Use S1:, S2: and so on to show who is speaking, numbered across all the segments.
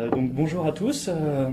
S1: Donc bonjour à tous.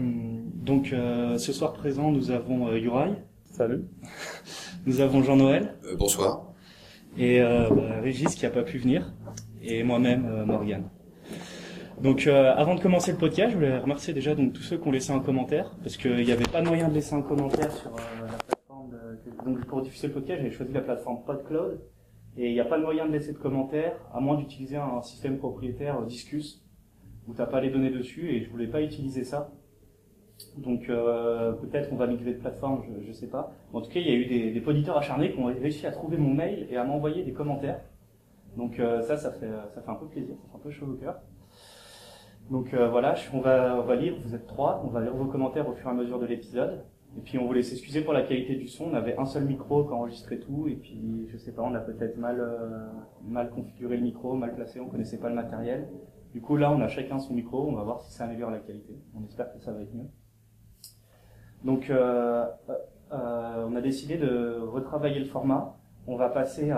S1: Ce soir présent, nous avons Youraï.
S2: Salut.
S1: Nous avons Jean-Noël.
S3: Bonsoir.
S1: Et Régis qui n'a pas pu venir. Et moi-même, Morgane. Donc avant de commencer le podcast, je voulais remercier déjà tous ceux qui ont laissé un commentaire, parce qu'il n'y avait pas de moyen de laisser un commentaire sur la plateforme. Donc pour diffuser le podcast, j'ai choisi la plateforme PodCloud. Et il n'y a pas de moyen de laisser de commentaires, à moins d'utiliser un système propriétaire Disqus, où t'as pas les données dessus, et je voulais pas utiliser ça. Donc peut-être on va migrer de plateforme, je sais pas. En tout cas, il y a eu des auditeurs acharnés qui ont réussi à trouver mon mail et à m'envoyer des commentaires. Donc ça fait un peu plaisir, ça fait un peu chaud au cœur. Donc voilà, on va lire, vous êtes 3, on va lire vos commentaires au fur et à mesure de l'épisode. Et puis on voulait s'excuser pour la qualité du son, on avait un seul micro qui enregistrait tout, et puis je sais pas, on a peut-être mal configuré le micro, mal placé, on connaissait pas le matériel. Du coup là on a chacun son micro, on va voir si ça améliore la qualité, on espère que ça va être mieux. Donc on a décidé de retravailler le format, on va passer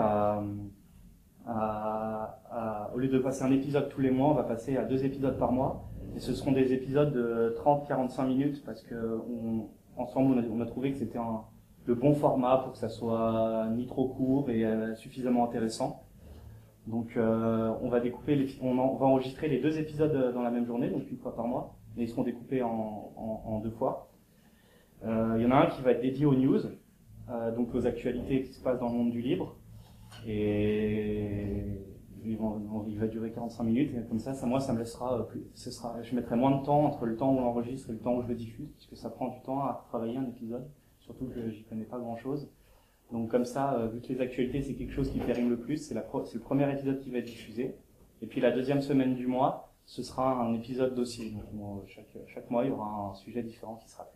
S1: au lieu de passer un épisode tous les mois, on va passer à 2 épisodes par mois, et ce seront des épisodes de 30-45 minutes parce que ensemble, on a trouvé que c'était le bon format pour que ça soit ni trop court et suffisamment intéressant. Donc, on va enregistrer les 2 épisodes dans la même journée, donc 1 fois par mois, et ils seront découpés en 2 fois. Il y en a un qui va être dédié aux news, donc aux actualités qui se passent dans le monde du libre, et il va durer 45 minutes, et comme ça moi, ça me laissera je mettrai moins de temps entre le temps où on enregistre et le temps où je le diffuse, puisque ça prend du temps à travailler un épisode, surtout que j'y connais pas grand chose. Donc comme ça, vu que les actualités c'est quelque chose qui périme le plus, c'est le premier épisode qui va être diffusé, et puis la 2e semaine du mois, ce sera un épisode dossier. Donc chaque mois, il y aura un sujet différent qui sera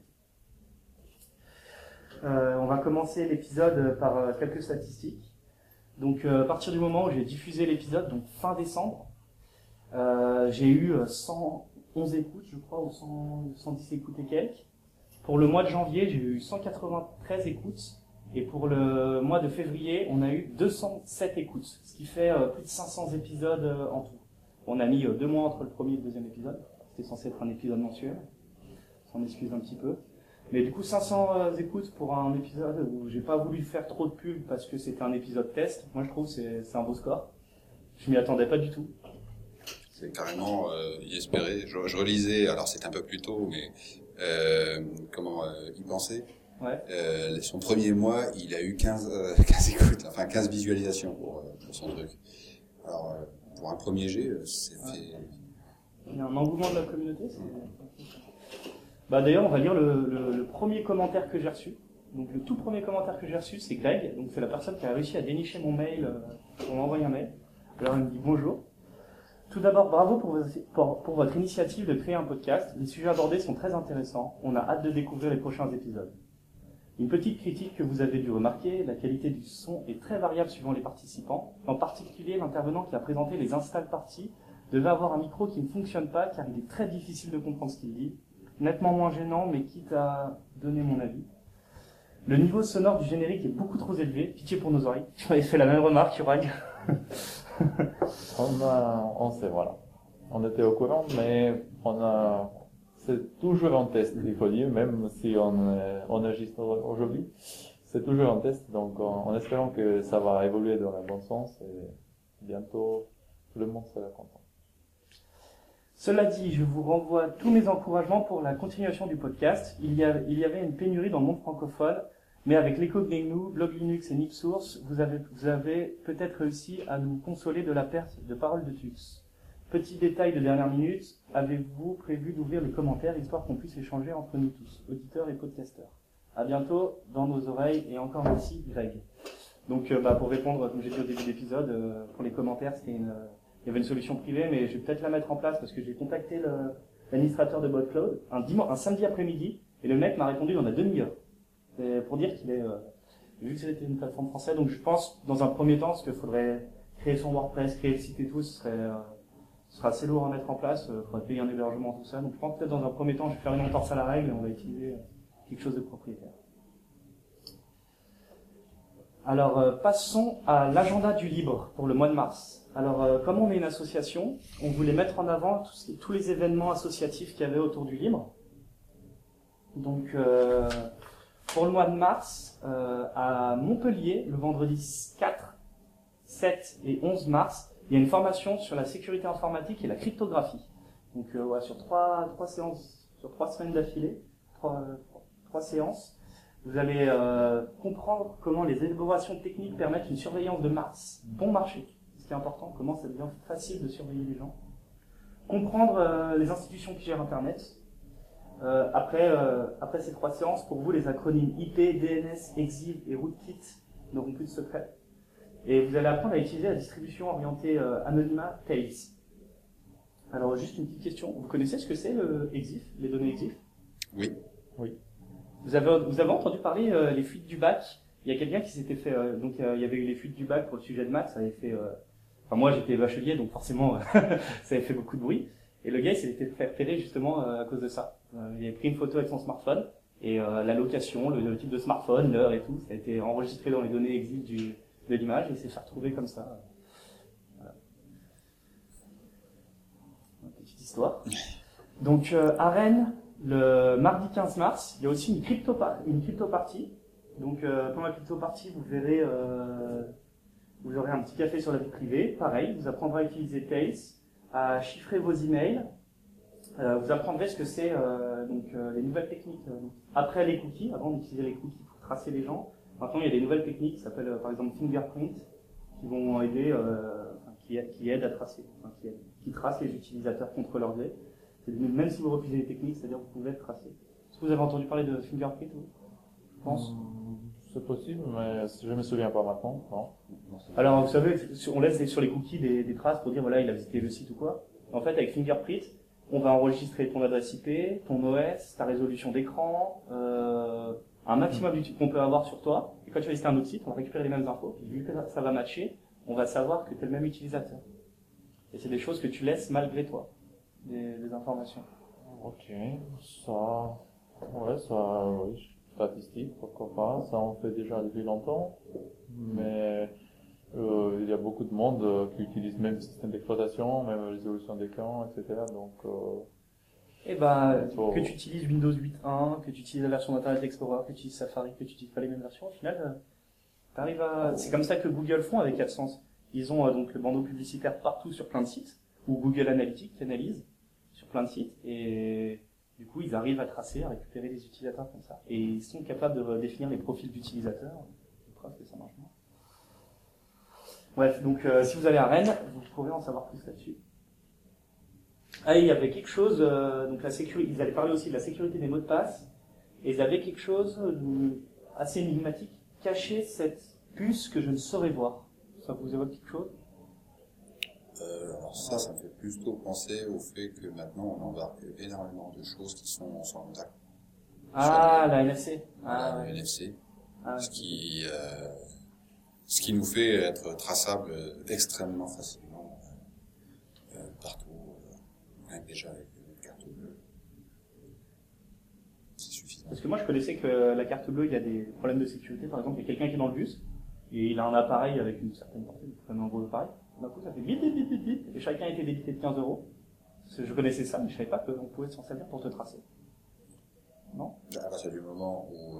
S1: fait. On va commencer l'épisode par quelques statistiques. Donc à partir du moment où j'ai diffusé l'épisode, donc fin décembre, j'ai eu 111 écoutes, je crois, ou 110 écoutes et quelques. Pour le mois de janvier, j'ai eu 193 écoutes, et pour le mois de février, on a eu 207 écoutes, ce qui fait plus de 500 épisodes en tout. On a mis 2 mois entre le premier et le 2e épisode, c'était censé être un épisode mensuel, on s'en excuse un petit peu. Mais du coup, 500 écoutes pour un épisode où j'ai pas voulu faire trop de pub parce que c'était un épisode test. Moi, je trouve que c'est un beau score. Je m'y attendais pas du tout.
S3: C'est carrément y espérer. Je relisais, alors c'était un peu plus tôt, mais comment y penser.
S1: Ouais.
S3: Son premier mois, il a eu 15 écoutes, enfin 15 visualisations pour son truc. Alors, pour un premier jet, c'est fait...
S1: Il y a un engouement de la communauté, d'ailleurs, on va lire le premier commentaire que j'ai reçu. Donc, le tout premier commentaire que j'ai reçu, c'est Greg. Donc, c'est la personne qui a réussi à dénicher mon mail pour m'envoyer un mail. Alors, il me dit bonjour. Tout d'abord, bravo pour votre initiative de créer un podcast. Les sujets abordés sont très intéressants. On a hâte de découvrir les prochains épisodes. Une petite critique que vous avez dû remarquer, la qualité du son est très variable suivant les participants. En particulier, l'intervenant qui a présenté les install parties devait avoir un micro qui ne fonctionne pas car il est très difficile de comprendre ce qu'il dit. Nettement moins gênant, mais quitte à donner mon avis. Le niveau sonore du générique est beaucoup trop élevé. Pitié pour nos oreilles. Tu m'avais fait la même remarque, Youraï.
S2: On sait, voilà. On était au courant, mais c'est toujours un test, il faut dire, même si on enregistre aujourd'hui. C'est toujours un test, donc en espérant que ça va évoluer dans le bon sens, et bientôt, tout le monde sera content.
S1: Cela dit, je vous renvoie tous mes encouragements pour la continuation du podcast. Il y avait une pénurie dans le monde francophone, mais avec l'écho GNU, Blog Linux et NipSource, vous avez peut-être réussi à nous consoler de la perte de parole de Tux. Petit détail de dernière minute, avez-vous prévu d'ouvrir les commentaires histoire qu'on puisse échanger entre nous tous, auditeurs et podcasteurs? À bientôt dans nos oreilles, et encore merci Greg. Donc pour répondre, comme j'ai dit au début de l'épisode, pour les commentaires, il y avait une solution privée, mais je vais peut-être la mettre en place parce que j'ai contacté l'administrateur de PodCloud un samedi après-midi, et le mec m'a répondu dans la demi-heure. Pour dire qu'il est, vu que c'était une plateforme française, donc je pense, dans un premier temps, parce qu'il faudrait créer son WordPress, créer le site et tout, ce sera assez lourd à mettre en place, il faudrait payer un hébergement, tout ça. Donc je pense peut-être dans un premier temps, je vais faire une entorse à la règle et on va utiliser quelque chose de propriétaire. Alors, passons à l'agenda du libre pour le mois de mars. Alors, comme on est une association, on voulait mettre en avant tous les événements associatifs qu'il y avait autour du libre. Donc, pour le mois de mars, à Montpellier, le vendredi 4, 7 et 11 mars, il y a une formation sur la sécurité informatique et la cryptographie. Donc, ouais, sur trois séances, sur 3 semaines d'affilée, trois séances, vous allez comprendre comment les élaborations techniques permettent une surveillance de masse bon marché, ce qui est important, comment ça devient facile de surveiller les gens. Comprendre les institutions qui gèrent Internet. Après ces 3 séances, pour vous, les acronymes IP, DNS, EXIF et Rootkit n'auront plus de secret. Et vous allez apprendre à utiliser la distribution orientée anonymat Tails. Alors, juste une petite question. Vous connaissez ce que c'est le EXIF, les données EXIF?
S3: Oui.
S2: Oui.
S1: Vous avez entendu parler les fuites du bac? Il y a quelqu'un qui s'était fait... donc, il y avait eu les fuites du bac pour le sujet de maths. Ça avait fait... Enfin, moi, j'étais bachelier, donc forcément, ça avait fait beaucoup de bruit. Et le gars, il s'était fait repérer justement à cause de ça. Il avait pris une photo avec son smartphone, et la location, le type de smartphone, l'heure et tout, ça a été enregistré dans les données EXIF de l'image, et il s'est fait retrouver comme ça. Voilà. Une petite histoire. Donc, à Rennes, le mardi 15 mars, il y a aussi une crypto party. Donc, pendant la crypto party, vous verrez, vous aurez un petit café sur la vie privée. Pareil, vous apprendrez à utiliser Tails, à chiffrer vos emails. Vous apprendrez ce que c'est les nouvelles techniques. Après les cookies, avant d'utiliser les cookies pour tracer les gens, maintenant il y a des nouvelles techniques qui s'appellent par exemple fingerprint, qui vont aider, qui aident à tracer, qui tracent les utilisateurs contre leur gré. Même si vous refusez les techniques, c'est-à-dire que vous pouvez être tracé. Est-ce que vous avez entendu parler de fingerprint, vous? Je pense.
S2: C'est possible, mais je me souviens pas maintenant. Non.
S1: Alors, vous savez, on laisse sur les cookies des traces pour dire, voilà, il a visité le site ou quoi. En fait, avec Fingerprint, on va enregistrer ton adresse IP, ton OS, ta résolution d'écran, un maximum d'outils qu'on peut avoir sur toi. Et quand tu vas visiter un autre site, on va récupérer les mêmes infos. Et vu que ça va matcher, on va savoir que tu es le même utilisateur. Et c'est des choses que tu laisses malgré toi, des informations.
S2: Ok, oui. Statistique, pourquoi pas, ça on fait déjà depuis longtemps, mais il y a beaucoup de monde qui utilise même le système d'exploitation, même la résolution d'écran, etc. Donc,
S1: que tu utilises Windows 8.1, que tu utilises la version d'Internet Explorer, que tu utilises Safari, que tu utilises pas les mêmes versions, au final, t'arrives à... C'est comme ça que Google font avec AdSense. Ils ont donc le bandeau publicitaire partout sur plein de sites, ou Google Analytics qui analyse sur plein de sites, et... Du coup, ils arrivent à tracer, à récupérer des utilisateurs comme ça. Et ils sont capables de définir les profils d'utilisateurs. Preuve que ça marche bien. Bref, donc si vous allez à Rennes, vous pourrez en savoir plus là-dessus. Ah, il y avait quelque chose, donc la sécurité, ils allaient parler aussi de la sécurité des mots de passe. Et ils avaient quelque chose assez énigmatique. Cacher cette puce que je ne saurais voir. Ça vous évoque quelque chose?
S3: Alors ça me fait plutôt penser au fait que maintenant on embarque énormément de choses qui sont sans contact.
S1: Ah, la NFC.
S3: Voilà, le NFC.
S1: Ah,
S3: ce qui nous fait être traçable extrêmement facilement partout. Rien que déjà avec une carte bleue. C'est suffisant.
S1: Parce que moi je connaissais que la carte bleue, il y a des problèmes de sécurité. Par exemple, il y a quelqu'un qui est dans le bus et il a un appareil avec une certaine portée, un gros appareil. D'un coup, ça fait bip, bip, bip, bip, bip, et chacun était débité de 15 euros. Je connaissais ça, mais je savais pas qu'on pouvait s'en servir pour te tracer. Non?
S3: À partir du moment où,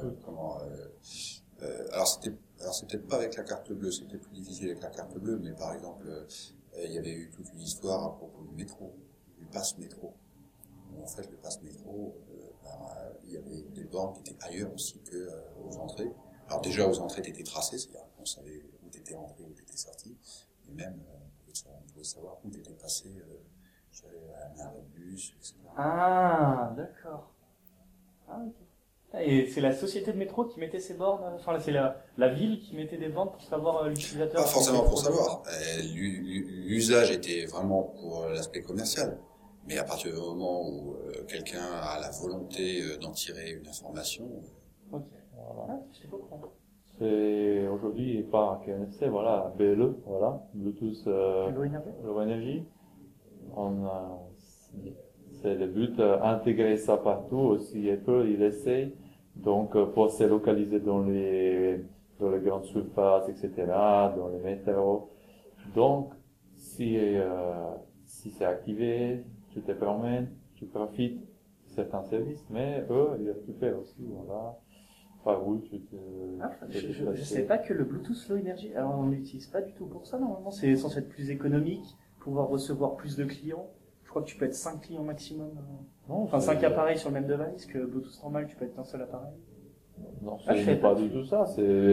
S3: alors c'est peut-être pas avec la carte bleue, c'est peut-être plus difficile avec la carte bleue, mais par exemple, il y avait eu toute une histoire à propos du métro, du pass métro. En fait, le pass métro, il y avait des bornes qui étaient ailleurs aussi que aux entrées. Alors déjà, aux entrées, t'étais tracé, c'est-à-dire qu'on savait où t'étais rentré, où t'étais sorti. Et même, on pouvait savoir où t'étais passé, à un arrêt de bus, etc.
S1: Ah, d'accord. Ah, ok. Et c'est la société de métro qui mettait ces bornes, enfin, c'est la ville qui mettait des bornes pour savoir l'utilisateur?
S3: Pas forcément pour savoir. L'usage était vraiment pour l'aspect commercial. Mais à partir du moment où quelqu'un a la volonté d'en tirer une information...
S1: Ok.
S2: Voilà.
S1: Ah, je sais pas comment.
S2: C'est aujourd'hui pas NFC, voilà, BLE, voilà, Bluetooth Low Energy. C'est le but, intégrer ça partout aussi. Apple, il essaye. Donc, pour se localiser dans les dans les grandes surfaces, etc., dans les métros. Donc, si c'est activé, tu te promènes, tu profites de certains services, mais eux, ils doivent tout faire aussi, voilà. Par où tu te...
S1: Ah,
S2: tu te
S1: je
S2: déplacer.
S1: savais pas que le Bluetooth Low Energy, alors on l'utilise pas du tout pour ça normalement, c'est censé être plus économique, pouvoir recevoir plus de clients. Je crois que tu peux être 5 clients maximum,
S2: Non,
S1: enfin
S2: c'est-
S1: 5 appareils sur le même device, que Bluetooth normal tu peux être un seul appareil.
S2: Non,
S1: Ah, je
S2: ce
S1: savais
S2: n'est pas
S1: pas.
S2: du tout ça.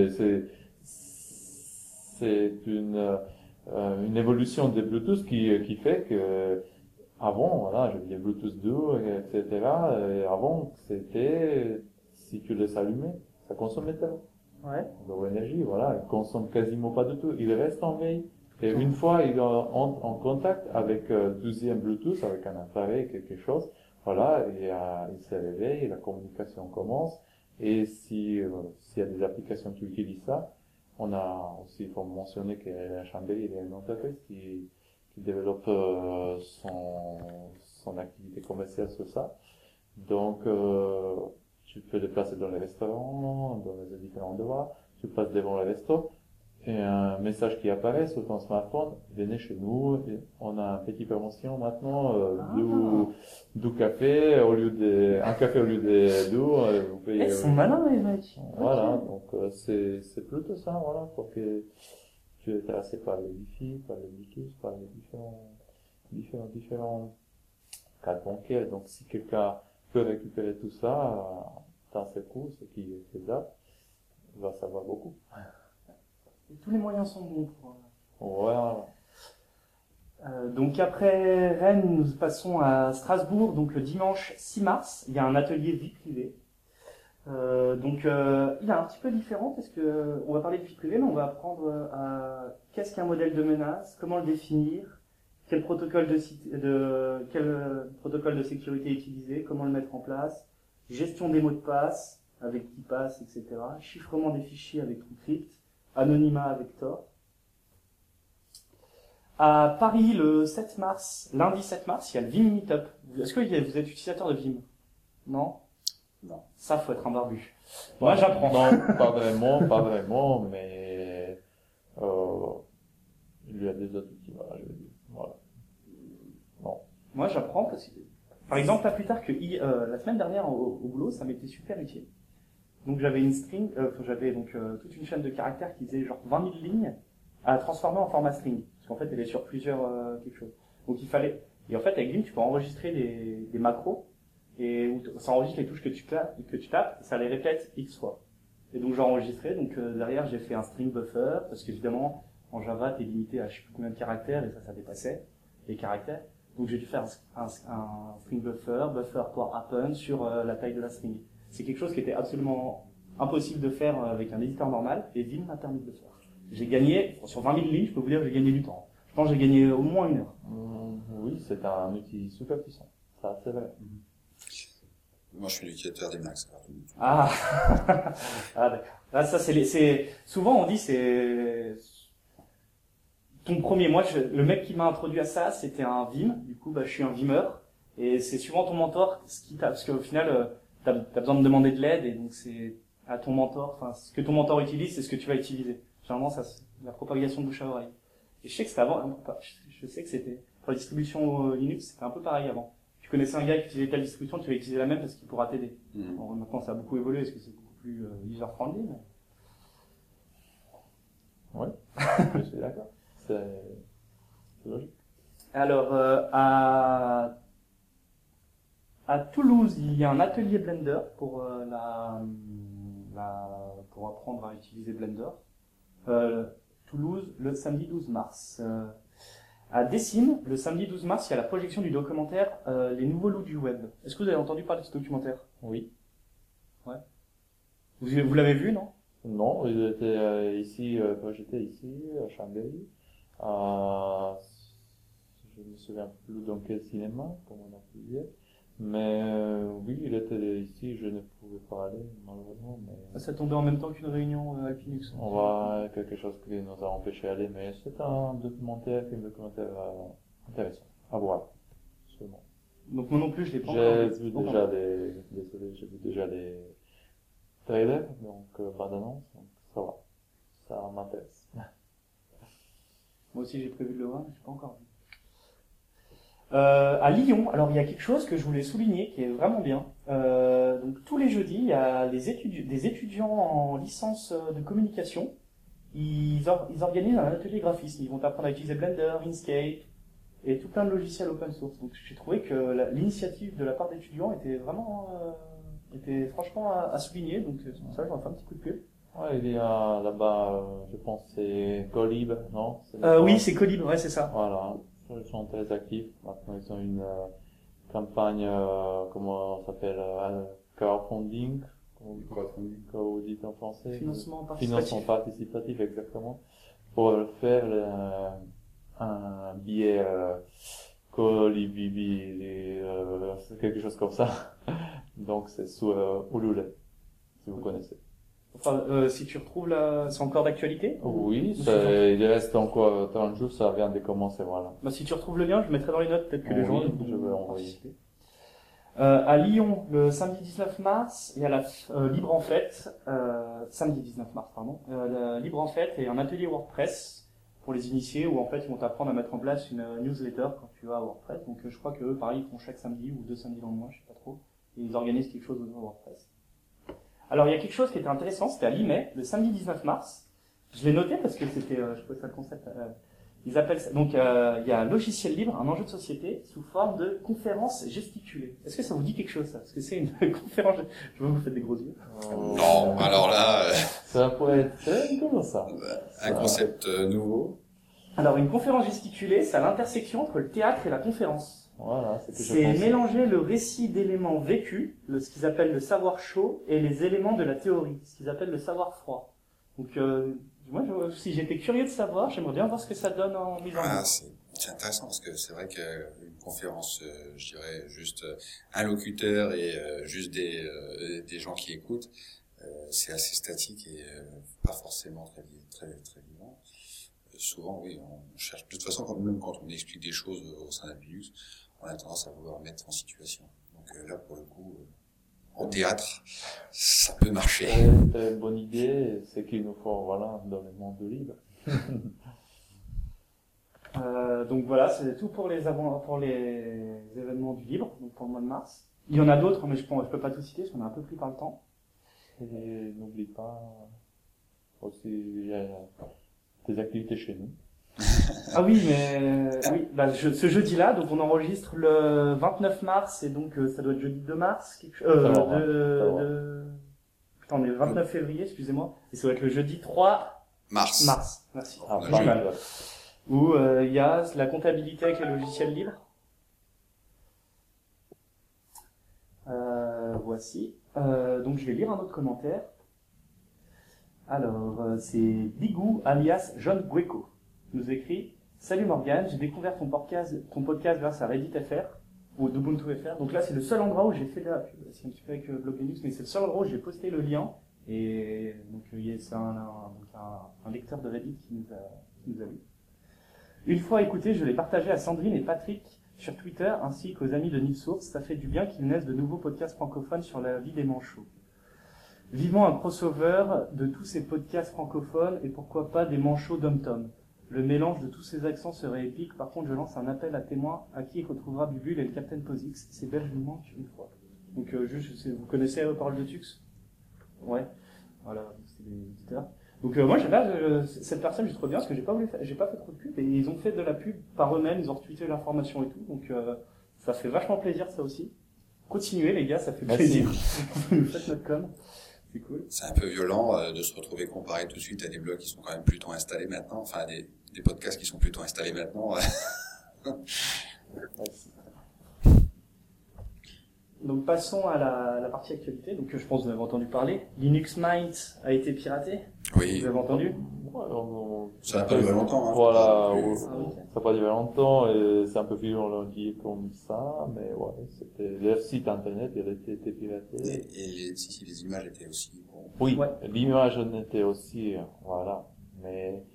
S2: C'est une évolution des Bluetooth qui fait que avant, voilà, je disais Bluetooth 2, etc. Et avant, c'était si tu laisses allumer, ça consommait
S1: Ouais.
S2: de l'énergie, voilà, il consomme quasiment pas du tout. Il reste en veille. Et une fois il est en contact avec deuxième Bluetooth, avec un appareil, quelque chose, voilà, il se réveille, la communication commence. Et s'il y a des applications qui utilisent ça, on a aussi, il faut mentionner que la Chambéry, il y a une entreprise qui développe son activité commerciale sur ça. Donc, tu peux te placer dans les restaurants, dans les différents endroits, tu passes devant le resto, et un message qui apparaît sur ton smartphone, venez chez nous, et on a une petite promotion maintenant, du café, un café au lieu de deux, vous
S1: Eh,
S2: payez,
S1: ils sont malins les mecs.
S2: voilà,
S1: Ok.
S2: donc c'est plutôt ça, voilà, pour que tu es intéressé par le Wi-Fi, par le Bluetooth, par les différents cartes bancaires. Donc si quelqu'un peut récupérer tout ça dans ses coûts, ce qui est faisable, il va savoir beaucoup.
S1: Et tous les moyens sont bons pour...
S2: Voilà.
S1: Donc après Rennes, nous passons à Strasbourg, donc le dimanche 6 mars, il y a un atelier vie privée. Il est un petit peu différent parce que on va parler de vie privée, mais on va apprendre à qu'est-ce qu'un modèle de menace, comment le définir, quel protocole quel protocole de sécurité utiliser, comment le mettre en place, gestion des mots de passe, avec qui passe, etc., chiffrement des fichiers avec TrueCrypt, anonymat avec Tor. À Paris, le 7 mars, lundi 7 mars, il y a le Vim Meetup. Est-ce que vous êtes utilisateur de Vim? Non?
S3: Non.
S1: Ça, faut être un barbu. Moi, j'apprends.
S2: Non, pas vraiment, mais il y a des autres outils, voilà, je veux dire. Voilà. Non.
S1: Moi, j'apprends parce que, par exemple, pas plus tard que la semaine dernière au boulot, ça m'était super utile. Donc, j'avais une string, toute une chaîne de caractères qui faisait genre 20 000 lignes à transformer en format string. Parce qu'en fait, elle est sur plusieurs quelque chose. Donc, et en fait, avec Vim, tu peux enregistrer des macros et où ça enregistre les touches que tu tapes, et ça les répète X fois. Et donc, j'ai enregistré. Donc, derrière, j'ai fait un string buffer parce qu'évidemment, en Java, t'es limité à je sais plus combien de caractères et ça dépassait les caractères. Donc j'ai dû faire un string buffer pour happen sur la taille de la string. C'est quelque chose qui était absolument impossible de faire avec un éditeur normal, et Vim m'a permis de le faire. J'ai gagné, sur 20 000 lignes, je peux vous dire que j'ai gagné du temps. Je pense que j'ai gagné au moins 1 heure.
S2: Oui, c'est un outil super puissant. Ça, c'est vrai.
S3: Moi, je suis l'utilisateur des Max.
S1: Ah, ah d'accord. Là, ça souvent on dit c'est ton premier. Moi, le mec qui m'a introduit à ça, c'était un Vim. Du coup, je suis un Vimeur. Et c'est souvent ton mentor parce qu'au final, t'as besoin de demander de l'aide, et donc c'est à ton mentor. Enfin, ce que ton mentor utilise, c'est ce que tu vas utiliser. Généralement, ça, c'est la propagation de bouche à oreille. Et je sais que c'était avant. Je sais que c'était pour la distribution Linux, c'était un peu pareil avant. Tu connaissais un gars qui utilisait telle distribution, tu vas utiliser la même parce qu'il pourra t'aider. Bon, maintenant, ça a beaucoup évolué parce que c'est beaucoup plus user-friendly. Mais...
S2: Oui, je suis d'accord. C'est logique.
S1: Alors, à Toulouse, il y a un atelier Blender pour pour apprendre à utiliser Blender. Toulouse, le samedi 12 mars. À Dessines, le samedi 12 mars, il y a la projection du documentaire Les nouveaux loups du web. Est-ce que vous avez entendu parler de ce documentaire?
S2: Oui.
S1: Ouais. Vous l'avez vu, non?
S2: Non, ils étaient ici, quand j'étais ici, à Chambéry. Je me souviens plus dans quel cinéma, comme on a pu dire. Mais oui, il était ici, je ne pouvais pas aller, malheureusement. Mais
S1: Ça tombait en même temps qu'une réunion Alpinux.
S2: on va quelque chose qui nous a empêché d'aller, mais c'est un documentaire, intéressant à voir, seulement.
S1: Donc moi non plus, je l'ai pas
S2: J'ai
S1: encore
S2: vu déjà j'ai vu déjà les trailers, donc bande annonce, donc ça va. ça m'intéresse.
S1: Moi aussi j'ai prévu de le voir, mais je l'ai pas encore vu. À Lyon, alors il y a quelque chose que je voulais souligner qui est vraiment bien. Donc tous les jeudis, il y a des étudiants en licence de communication. Ils organisent un atelier graphisme. Ils vont apprendre à utiliser Blender, Inkscape et tout plein de logiciels open source. Donc j'ai trouvé que l'initiative de la part d'étudiants était vraiment, était franchement à souligner. Donc c'est pour ça que j'en fais un petit coup de pub.
S2: Ouais, il y a là-bas, je pense c'est Colib, non?
S1: Oui, c'est Colib, ouais, c'est ça.
S2: Voilà, ils sont très actifs. Maintenant, ils ont une campagne, comment ça s'appelle, crowdfunding, comme vous dites en français.
S1: Financement participatif.
S2: Financement participatif, exactement. Pour faire un billet Colibibi, quelque chose comme ça. Donc c'est sur Ulule, si vous connaissez.
S1: Enfin, si tu retrouves là, c'est encore d'actualité?
S2: Oui, il reste encore 30 jours, ça vient de commencer, voilà.
S1: Bah, si tu retrouves le lien, je mettrai dans les notes, peut-être que les gens
S2: Oui, je vais envoyer.
S1: participer. À Lyon, le samedi 19 mars, il y a la Libre en Fête, samedi 19 mars, pardon, la Libre en Fête et un atelier WordPress pour les initiés où en fait ils vont t'apprendre à mettre en place une newsletter quand tu vas à WordPress. Donc je crois que eux, pareil, ils font chaque samedi ou 2 samedis dans le mois, je sais pas trop, et ils organisent quelque chose autour de WordPress. Alors il y a quelque chose qui était intéressant, c'était à Limay, le samedi 19 mars. Je l'ai noté parce que c'était, je trouvais ça le concept. Ils appellent ça, donc il y a un logiciel libre, un enjeu de société sous forme de conférence gesticulée. Est-ce que ça vous dit quelque chose ça? Est-ce que c'est une conférence? Je vois que vous faites des gros yeux.
S3: Non, alors là,
S2: Ça pourrait être très comme ça.
S3: un concept nouveau.
S1: Alors une conférence gesticulée, c'est à l'intersection entre le théâtre et la conférence.
S2: Voilà, c'est ce que je
S1: C'est
S2: pensais.
S1: mélanger le récit d'éléments vécus, ce qu'ils appellent le savoir chaud, et les éléments de la théorie, ce qu'ils appellent le savoir froid. Donc moi, si j'étais curieux de savoir, j'aimerais bien voir ce que ça donne en mise en
S3: Ah,
S1: œuvre.
S3: c'est intéressant parce que c'est vrai qu'une conférence, je dirais juste un locuteur et juste des gens qui écoutent, c'est assez statique et pas forcément très vivant. Souvent, oui, on cherche. De toute façon, même quand on explique des choses au sein d'un Linux, on a tendance à vouloir mettre en situation. Donc là, pour le coup, au théâtre, ça peut marcher.
S2: C'est une bonne idée, c'est qu'il nous faut, voilà, dans le monde libre.
S1: Donc voilà, c'est tout pour les événements du libre, donc pour le mois de mars. Il y en a d'autres, mais je peux pas tout citer, parce qu'on est un peu pris par le temps.
S2: Et n'oublie pas aussi, il y a des activités chez nous.
S1: Ah oui, mais oui, bah, ce jeudi-là, donc on enregistre le 29 mars, et donc ça doit être jeudi 2 mars,
S2: Ça va.
S1: Putain, on est le 29 février, excusez-moi, et ça doit être le jeudi 3
S3: Mars.
S1: mars. Merci.
S2: Ah,
S3: Ouais,
S2: pas
S3: je-
S2: mal.
S1: Où il y a la comptabilité avec les logiciels libres. Voici. Donc je vais lire un autre commentaire. Alors, c'est Bigou alias John Gueco. Il nous écrit: Salut Morgane, j'ai découvert ton podcast grâce à Reddit FR ou d'Ubuntu FR. Donc là, c'est le seul endroit où j'ai fait de la pub. C'est un petit peu avec Blog Linux, mais c'est le seul endroit où j'ai posté le lien. Et donc, c'est un lecteur de Reddit qui nous a lu. Une fois écouté, je l'ai partagé à Sandrine et Patrick sur Twitter, ainsi qu'aux amis de Nil Source. Ça fait du bien qu'il naisse de nouveaux podcasts francophones sur la vie des manchots. Vivement un crossover de tous ces podcasts francophones et pourquoi pas des manchots dom-tom. Le mélange de tous ces accents serait épique. Par contre, je lance un appel à témoins à qui retrouvera Bubule et le Captain Posix. Ces belges nous manquent une fois. Donc, vous connaissez Parole de Tux? Ouais. Voilà, c'est des éditeurs. Donc moi, cette personne, je trouve bien parce que j'ai pas fait trop de pub et ils ont fait de la pub par eux-mêmes, ils ont retweeté l'information et tout. Donc ça fait vachement plaisir ça aussi. Continuez les gars, ça fait
S2: Merci.
S1: plaisir. Vous nous faites notre com. C'est cool.
S3: C'est un peu violent de se retrouver comparé tout de suite à des blogs qui sont quand même plutôt installés maintenant, enfin des podcasts qui sont plutôt installés maintenant.
S1: Donc passons à la partie actualité. Donc je pense que vous avez entendu parler. Linux Mint a été piraté.
S3: Oui,
S1: Vous avez entendu?
S3: ça n'a pas duré longtemps. Hein.
S2: Voilà,
S1: Ah oui.
S2: ça n'a pas duré longtemps et c'est un peu violent dit comme ça, mais ouais, c'était leur site internet, il était piraté.
S3: Et les images étaient aussi bon.
S2: Oui,
S1: Ouais.
S2: l'image en était aussi, voilà, mais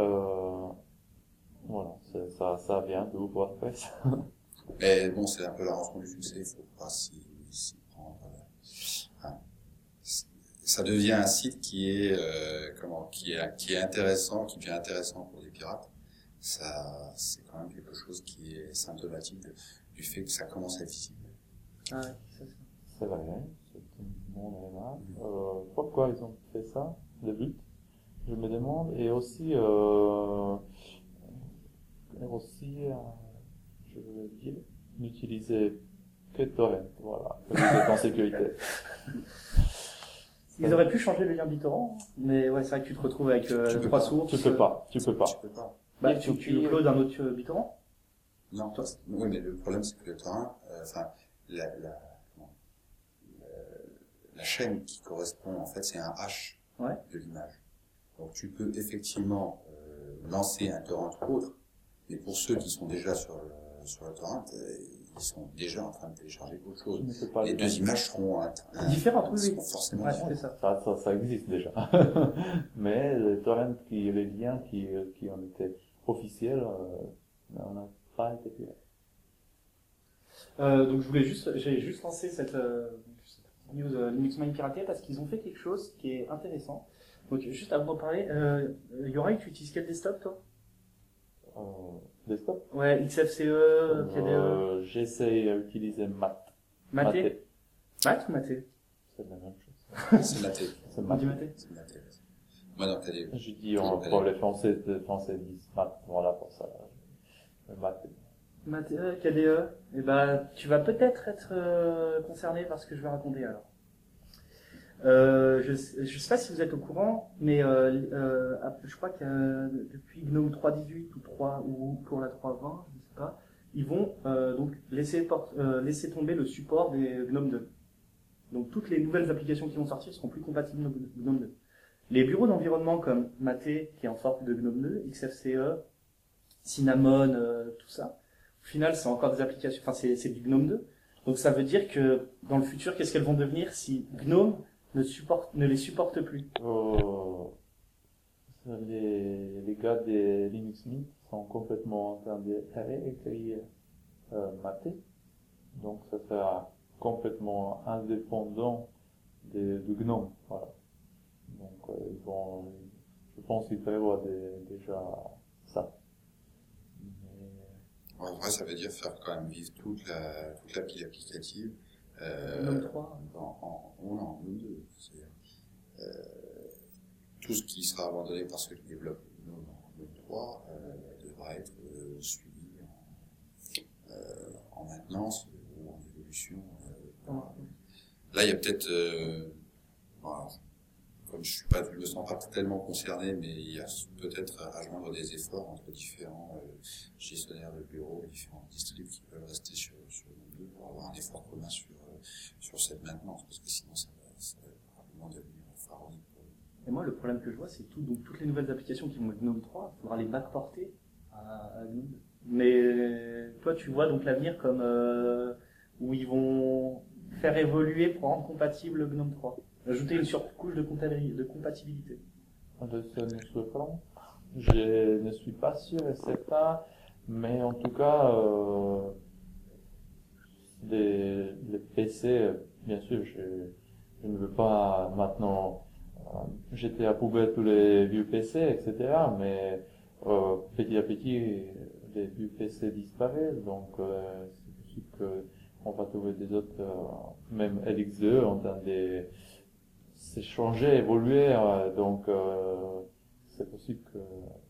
S2: voilà, ça vient de WordPress.
S3: Mais bon, c'est un peu la rançon du succès, il faut pas s'y prendre. ça devient un site qui est qui est intéressant, qui devient intéressant pour les pirates. Ça, c'est quand même quelque chose qui est symptomatique du fait que ça commence à être visible.
S1: Ah ouais, ça.
S2: C'est vrai, c'est un bon élément. Pourquoi ils ont fait ça, le but, je me demande, et aussi, je veux dire, n'utiliser que torrent, voilà, que vous êtes en sécurité.
S1: Ils auraient pu changer le lien BitTorrent, mais ouais, c'est vrai que tu te retrouves avec trois sources.
S2: Tu peux pas.
S3: Tu peux pas.
S1: Bah, tu uploads un autre BitTorrent.
S3: Non, oui, mais le problème c'est que le torrent, la chaîne qui correspond, en fait, c'est un hash de l'image. Donc tu peux effectivement lancer un torrent autre, mais pour ceux qui sont déjà sur le torrent, ils sont déjà en train de télécharger autre chose. Les deux images seront
S1: différentes, oui.
S3: Seront forcément
S1: différentes.
S2: Ça existe déjà. Mais les torrents les liens qui ont été officiels, on n'a pas été fait.
S1: Donc j'ai juste lancé cette news Linux Mint piraté parce qu'ils ont fait quelque chose qui est intéressant. Donc juste avant d'en parler, Yorai, tu utilises quel desktop toi?
S2: Desktop?
S1: Ouais, XFCE, KDE.
S2: J'essaie d'utiliser Matte.
S1: Maté? Matte ou Maté?
S2: C'est la même chose.
S3: C'est Maté.
S2: C'est Maté.
S3: C'est Maté. Moi, non, KDE.
S2: Je dis, pour les Français disent Matte, voilà pour ça. Maté.
S1: Maté, KDE. Et ben, tu vas peut-être être concerné par ce que je vais raconter alors. Je sais pas si vous êtes au courant, mais je crois que depuis GNOME 3.18 ou 3 ou pour la 3.20, je ne sais pas, ils vont donc laisser tomber le support des GNOME 2. Donc toutes les nouvelles applications qui vont sortir seront plus compatibles avec GNOME 2. Les bureaux d'environnement comme Maté, qui est en sorte de GNOME 2, XFCE, Cinnamon, tout ça, au final c'est encore des applications, enfin c'est du GNOME 2. Donc ça veut dire que dans le futur, qu'est-ce qu'elles vont devenir si GNOME ne les supporte plus?
S2: Les gars des Linux Mint sont complètement en train de réécrire Maté. Donc ça sera complètement indépendant de GNOME. Voilà. Donc je pense qu'ils prévoient déjà ça.
S3: En vrai, ça veut dire faire quand même vivre toute la pile applicative.
S1: GNOME 3.
S3: Non, GNOME 2. Tout ce qui sera abandonné par ceux qui développent GNOME 3 devra être suivi en maintenance ou en évolution. Là, il y a peut-être, comme je me sens pas tellement concerné, mais il y a peut-être à joindre des efforts entre différents gestionnaires de bureaux, différents districts qui peuvent rester sur GNOME 2 pour avoir un effort commun sur cette maintenance, parce que sinon ça va rapidement devenir pharaonique.
S1: Et moi, le problème que je vois, c'est donc toutes les nouvelles applications qui vont être GNOME 3, il faudra les backporter à GNOME 2. Mais toi, tu vois donc l'avenir comme où ils vont faire évoluer pour rendre compatible GNOME 3. Ajouter une surcouche de compatibilité.
S2: Je ne suis pas sûr et certain, mais en tout cas, les PC, bien sûr, je ne veux pas maintenant jeter à poubelle tous les vieux PC, etc. Mais petit à petit, les vieux PC disparaissent, donc c'est possible qu'on va trouver des autres, même LX2 en train de s'est changé, évolué, donc c'est possible que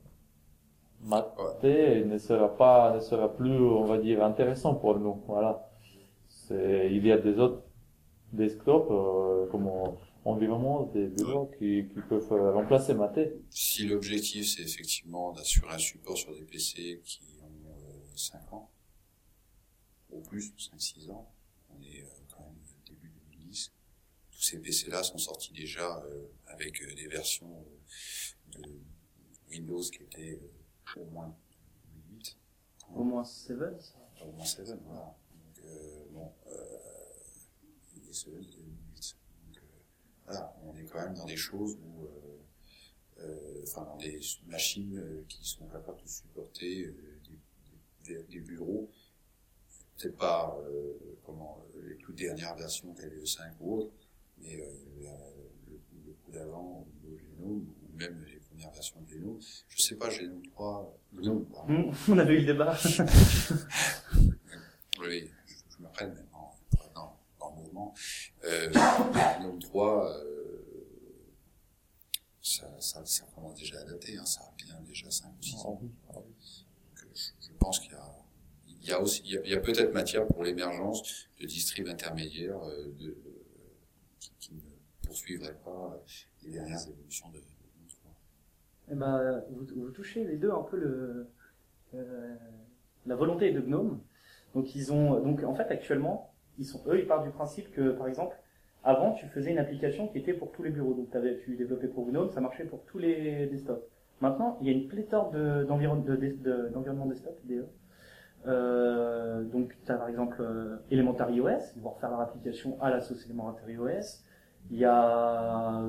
S2: Maté ne sera plus, on va dire, intéressant pour nous. Voilà. Il y a des autres desktops comme environnement, des bureaux qui peuvent remplacer Maté.
S3: Si l'objectif c'est effectivement d'assurer un support sur des PC qui ont 5 ans, au plus, 5-6 ans, on est quand même début 2010, tous ces PC-là sont sortis déjà avec des versions de Windows qui étaient au moins 8.
S1: Au moins 7, ça.
S3: Au moins 7, voilà. Donc, et 7, c'était 8. Donc, voilà, on est quand même dans des choses où, dans des machines qui sont capables de supporter des bureaux, peut-être pas les toutes dernières versions KDE 5 ou autres, mais peu d'avant au niveau Gnome, ou même les premières versions de Gnome. Je sais pas, Gnome 3, Gnome, pardon.
S1: On avait eu le débat.
S3: Oui, je m'apprenne maintenant dans le mouvement. Gnome 3, ça c'est vraiment déjà adapté, hein, ça a bien déjà 5 ou 6 ans. Donc, je pense qu'il y a peut-être matière pour l'émergence de distribs intermédiaires qui ne poursuivraient pas les dernières évolutions de Gnome 3.
S1: Eh ben, vous touchez les deux un peu la volonté de Gnome. Donc en fait actuellement, ils partent du principe que par exemple, avant tu faisais une application qui était pour tous les bureaux. Donc tu développais pour Gnome, ça marchait pour tous les desktops. Maintenant, il y a une pléthore d'environnements desktop, DE. Donc tu as par exemple Elementary OS, ils vont refaire leur application à la sauce Elementary OS. Il y a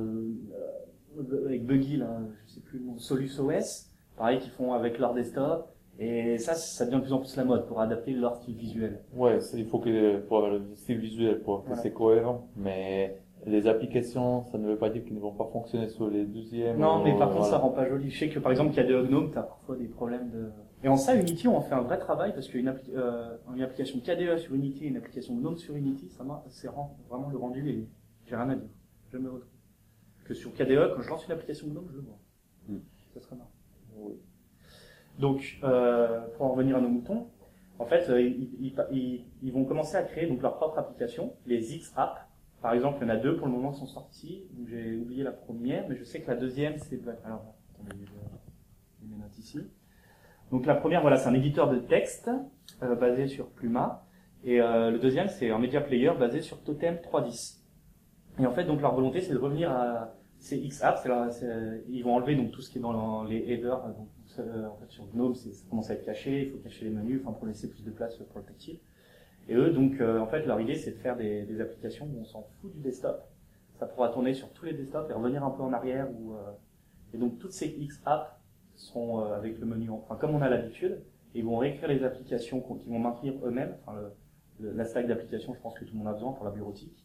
S1: avec Buggy, là, je sais plus le nom, Solus OS, pareil, qu'ils font avec leur desktop. Et ça devient de plus en plus la mode pour adapter leur style visuel.
S2: Ouais, il faut pour avoir le style visuel, pour que c'est cohérent. Mais les applications, ça ne veut pas dire qu'ils ne vont pas fonctionner sur les 12e.
S1: Non, mais par contre, ça rend pas joli. Je sais que par exemple, qu'il y a des Gnome, t'as parfois des problèmes de. Et en ça, Unity, on fait un vrai travail parce qu'une une application KDE sur Unity et une application Gnome sur Unity, c'est vraiment le rendu et j'ai rien à dire. Je me retrouve. Que sur KDE, quand je lance une application Gnome, je le vois. Ça serait marrant.
S2: Oui.
S1: Donc, pour en revenir à nos moutons, en fait, ils vont commencer à créer donc leur propre application, les X-Apps. Par exemple, il y en a 2 pour le moment qui sont sortis. J'ai oublié la première, mais je sais que la deuxième, c'est... Alors, attendez, je mets mes notes ici. Donc la première, voilà, c'est un éditeur de texte basé sur Pluma. Et le deuxième, c'est un media player basé sur Totem 3.10. Et en fait, donc leur volonté, c'est de revenir à ces X-Apps. Ils vont enlever donc tout ce qui est dans les headers. Donc, en fait, sur Gnome, ça commence à être caché. Il faut cacher les menus, pour laisser plus de place pour le tactile. Et eux, donc, en fait, leur idée, c'est de faire des applications où on s'en fout du desktop. Ça pourra tourner sur tous les desktops et revenir un peu en arrière. Et donc, toutes ces X-Apps seront avec le menu, comme on a l'habitude. Et ils vont réécrire les applications qui vont maintenir eux-mêmes. La stack d'applications, je pense que tout le monde a besoin pour la bureautique.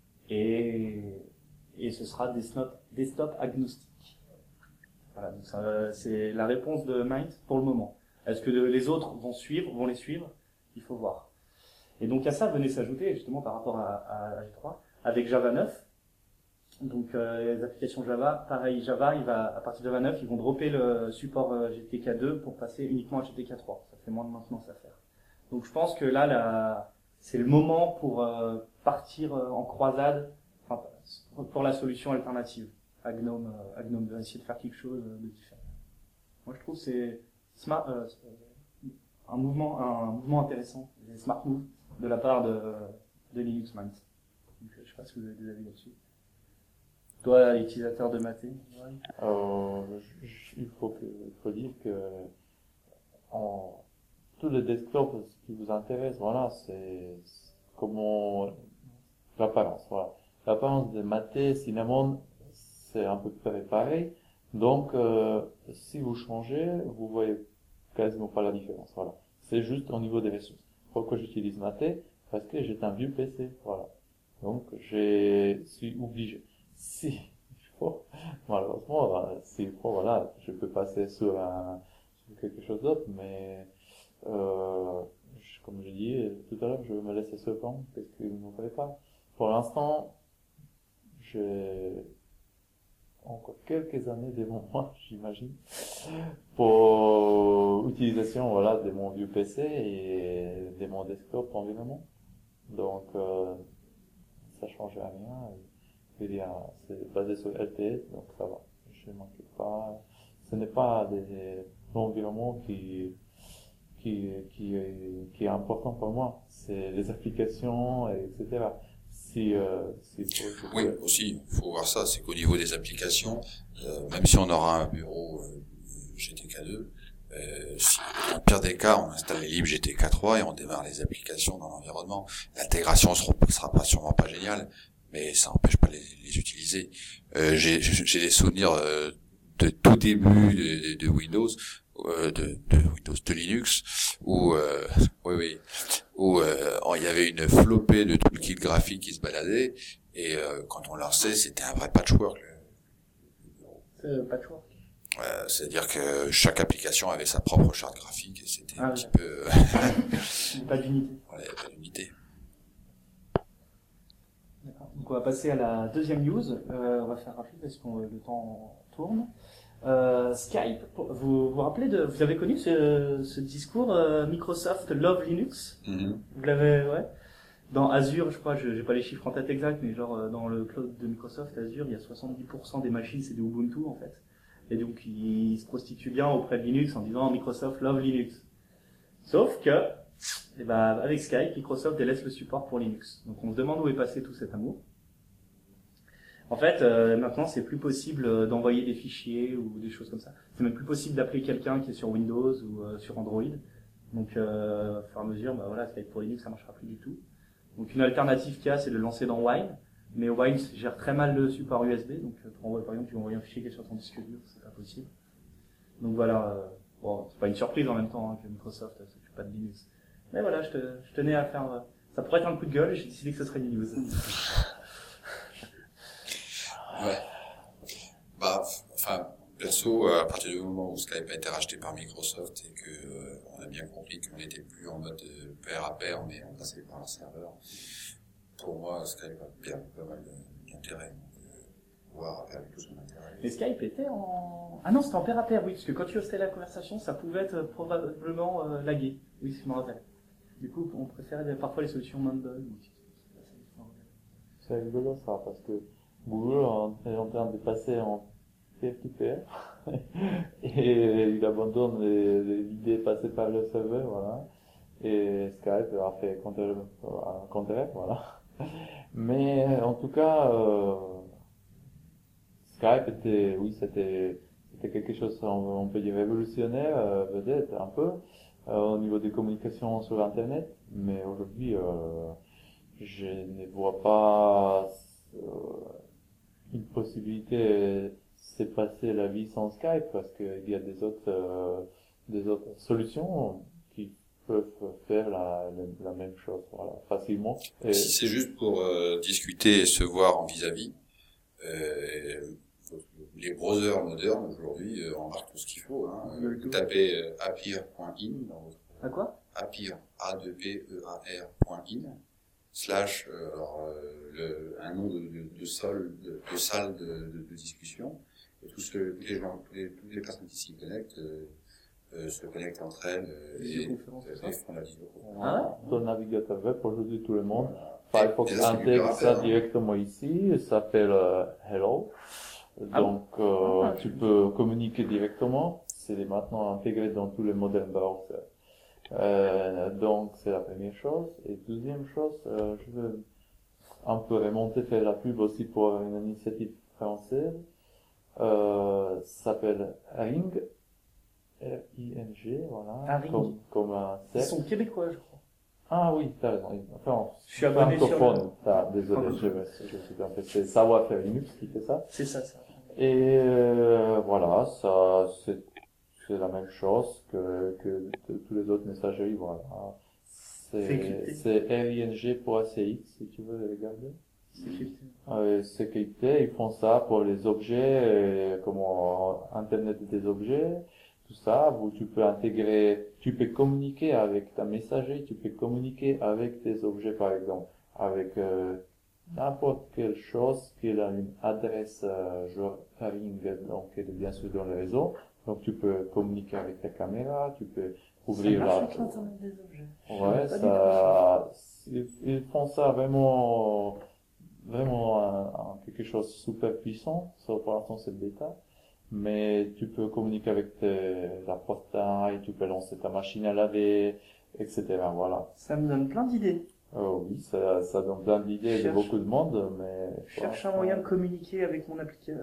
S1: Et ce sera desktop agnostique. Voilà, donc c'est la réponse de Mind pour le moment. Est-ce que les autres vont les suivre? Il faut voir. Et donc à ça venait s'ajouter justement par rapport à G3 avec Java 9. Donc les applications Java, pareil Java, à partir de Java 9, ils vont dropper le support GTK2 pour passer uniquement à GTK3. Ça fait moins de maintenance à faire. Donc je pense que là c'est le moment pour partir en croisade, pour la solution alternative à Gnome, de essayer de faire quelque chose de différent. Moi je trouve que c'est smart, un mouvement intéressant, des smart moves de la part de Linux Mint. Donc, je sais pas si vous avez des avis là-dessus. Toi, utilisateur de Maté.
S2: Il faut dire que tous les desktops, ce qui vous intéresse, voilà, c'est comment l'apparence, voilà. L'apparence de Maté, Cinnamon, c'est un peu près pareil. Donc, si vous changez, vous voyez quasiment pas la différence, voilà. C'est juste au niveau des ressources. Pourquoi j'utilise Maté? Parce que j'ai un vieux PC, voilà. Donc, je suis obligé. Si il faut, malheureusement, s'il faut, voilà, je peux passer sur quelque chose d'autre, mais comme je dis tout à l'heure, je vais me laisser surprendre parce qu'il ne me plaît pas. Pour l'instant, j'ai encore quelques années devant moi, j'imagine, pour utilisation, voilà, de mon vieux PC et de mon desktop environnement. Donc, ça change rien. C'est basé sur LTS, donc ça va. Je ne m'inquiète pas. Ce n'est pas l'environnement qui est important pour moi. C'est les applications, etc.
S3: Oui, aussi, il faut voir ça, c'est qu'au niveau des applications, même si on aura un bureau GTK2, si, dans le pire des cas, on installe les libs GTK3 et on démarre les applications dans l'environnement. L'intégration sera pas sûrement pas géniale, mais ça n'empêche pas de les utiliser. J'ai des souvenirs de tout début de Windows, de Linux, où il y avait une flopée de toolkits graphiques qui se baladaient, et quand on lançait, c'était un vrai patchwork.
S1: patchwork.
S3: C'est-à-dire que chaque application avait sa propre charte graphique et c'était un petit peu...
S1: Il n'y a pas d'unité.
S3: Voilà, il n'y a pas d'unité.
S1: D'accord. Donc on va passer à la deuxième news. On va faire rapide parce que le temps tourne. Skype, vous vous rappelez vous avez connu ce discours Microsoft Love Linux? Vous l'avez, ouais. Dans Azure, je crois, j'ai pas les chiffres en tête exacts, mais genre dans le cloud de Microsoft Azure, il y a 70% des machines c'est du Ubuntu en fait. Et donc ils se prostituent bien auprès de Linux en disant Microsoft Love Linux. Sauf que, eh ben, avec Skype, Microsoft délaisse le support pour Linux. Donc on se demande où est passé tout cet amour. En fait, maintenant, c'est plus possible d'envoyer des fichiers ou des choses comme ça. C'est même plus possible d'appeler quelqu'un qui est sur Windows ou sur Android. Donc, au fur et à mesure, bah voilà, Skype pour Linux, ça marchera plus du tout. Donc, une alternative qu'il y a, c'est de le lancer dans Wine. Mais Wine gère très mal le support USB. Donc, par exemple, tu vas envoyer un fichier qui est sur ton disque dur, c'est pas possible. Donc voilà, bon, c'est pas une surprise en même temps hein, que Microsoft s'occupe pas de Linux. Mais voilà, je tenais à faire... ça pourrait être un coup de gueule, j'ai décidé que ce serait une news.
S3: Ouais. Bah, enfin, perso, à partir du moment où Skype a été racheté par Microsoft et que on a bien compris qu'on n'était plus en mode pair à pair, mais on passait par un serveur, pour moi, Skype a perdu pas mal d'intérêt. Voire a perdu tout son intérêt.
S1: Mais Skype était en... Ah non, c'était en pair à pair, oui, parce que quand tu hostais la conversation, ça pouvait être probablement lagué. Oui, je me rappelle. Du coup, on préférait parfois les solutions Mumble.
S2: C'est rigolo ça, parce que Google est en train de passer en peer-to-peer et il abandonne l'idée de passer par le serveur, voilà. Et Skype a fait un contraire, voilà. Mais en tout cas, Skype c'était quelque chose, on peut dire révolutionnaire, peut-être un peu, au niveau des communications sur Internet. Mais aujourd'hui, je ne vois pas une possibilité c'est passer la vie sans Skype parce qu'il y a des autres solutions qui peuvent faire la même chose, voilà, facilement. Et
S3: si c'est juste pour discuter et se voir en vis-à-vis, les browsers modernes aujourd'hui embarquent tout ce qu'il faut. Hein. Vous tapez appear.in dans votre...
S1: À quoi?
S3: Appear, A2PEAR.in slash un nom de salle de discussion, et tous les personnes qui s'y connectent se connectent entre elles et font la visioconférence.
S2: Dans le navigateur web, aujourd'hui tout le monde, Firefox intègre ça directement ici, ça s'appelle Hello. Donc tu peux communiquer directement, c'est maintenant intégré dans tous les modèles browsers. Donc c'est la première chose. Et deuxième chose, je veux un peu remonter, faire la pub aussi pour une initiative française. Ça s'appelle Ring, R-I-N-G, voilà, comme un cercle.
S1: Ils sont québécois, je crois.
S2: Ah oui, t'as raison. Enfin,
S1: je suis abonné
S2: francophone. Désolé, je suis un peu. C'est Savoir-faire Linux qui fait ça.
S1: C'est ça.
S2: Et voilà, ça c'est la même chose que tous les autres messageries, voilà. C'est ring.cx si tu veux regarder. C'est crypté. Ils font ça pour les objets, comme Internet des objets, tout ça. Où tu peux intégrer, tu peux communiquer avec ta messagerie, tu peux communiquer avec tes objets, par exemple, avec n'importe quelle chose qui a une adresse genre ring, donc bien sûr dans le réseau. Donc tu peux communiquer avec ta caméra, tu peux ouvrir
S1: avec l'internet des objets.
S2: Ouais, ils font ça vraiment quelque chose de super puissant. Ça, pour l'instant, c'est bêta. Mais tu peux communiquer avec la portail, tu peux lancer ta machine à laver, etc. Voilà.
S1: Ça me donne plein d'idées.
S2: Oh oui, ça donne plein d'idées de beaucoup de monde, mais...
S1: Je cherche un moyen de communiquer avec mon application,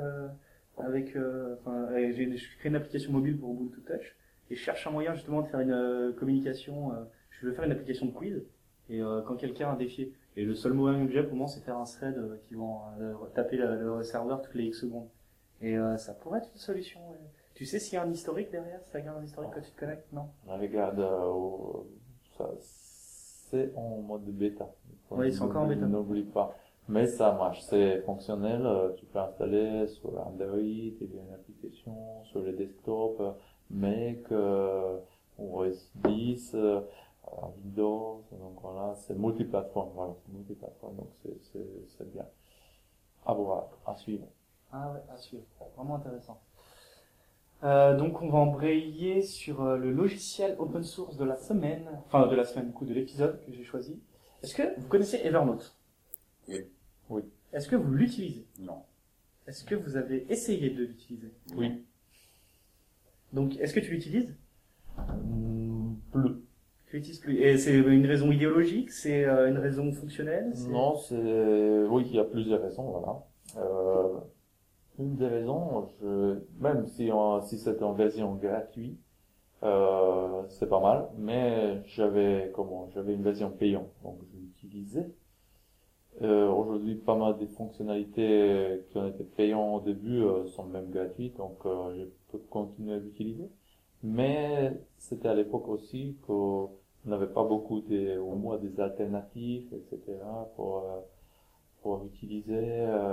S1: j'ai créé une application mobile pour Ubuntu Touch, et je cherche un moyen justement de faire une communication, je veux faire une application de quiz, et quand quelqu'un a un défi, et le seul moyen que j'ai pour moi c'est faire un thread qui va taper le serveur toutes les X secondes. Et ça pourrait être une solution. Tu sais s'il y a un historique derrière, si ça garde un historique quand tu te connectes, non?
S2: Regarde, c'est en mode bêta.
S1: Oui, c'est encore en bêta.
S2: N'oublie pas. Mais ça marche, c'est fonctionnel, tu peux installer sur Android, il y a une application sur le desktop, Mac, OS 10, Windows, donc voilà, c'est multiplateforme, voilà, c'est multiplateforme, donc c'est bien. À voir, à suivre.
S1: Ah ouais, à suivre. Vraiment intéressant. Donc on va embrayer sur le logiciel open source de la semaine, enfin de la semaine du coup de l'épisode que j'ai choisi. Est-ce que vous connaissez Evernote?
S3: Oui.
S2: Oui.
S1: Est-ce que vous l'utilisez?
S3: Non.
S1: Est-ce que vous avez essayé de l'utiliser?
S2: Oui.
S1: Donc est-ce que tu l'utilises?
S2: Plus.
S1: Tu l'utilises plus. Et c'est une raison idéologique? C'est une raison fonctionnelle?
S2: Non, oui, il y a plusieurs raisons, voilà. Une des raisons, même si c'était en version gratuite, c'est pas mal, mais j'avais une version payante, donc je l'utilisais. Aujourd'hui, pas mal des fonctionnalités qui ont été payantes au début sont même gratuites, donc je peux continuer à l'utiliser. Mais c'était à l'époque aussi qu'on n'avait pas beaucoup au moins des alternatives, etc. pour utiliser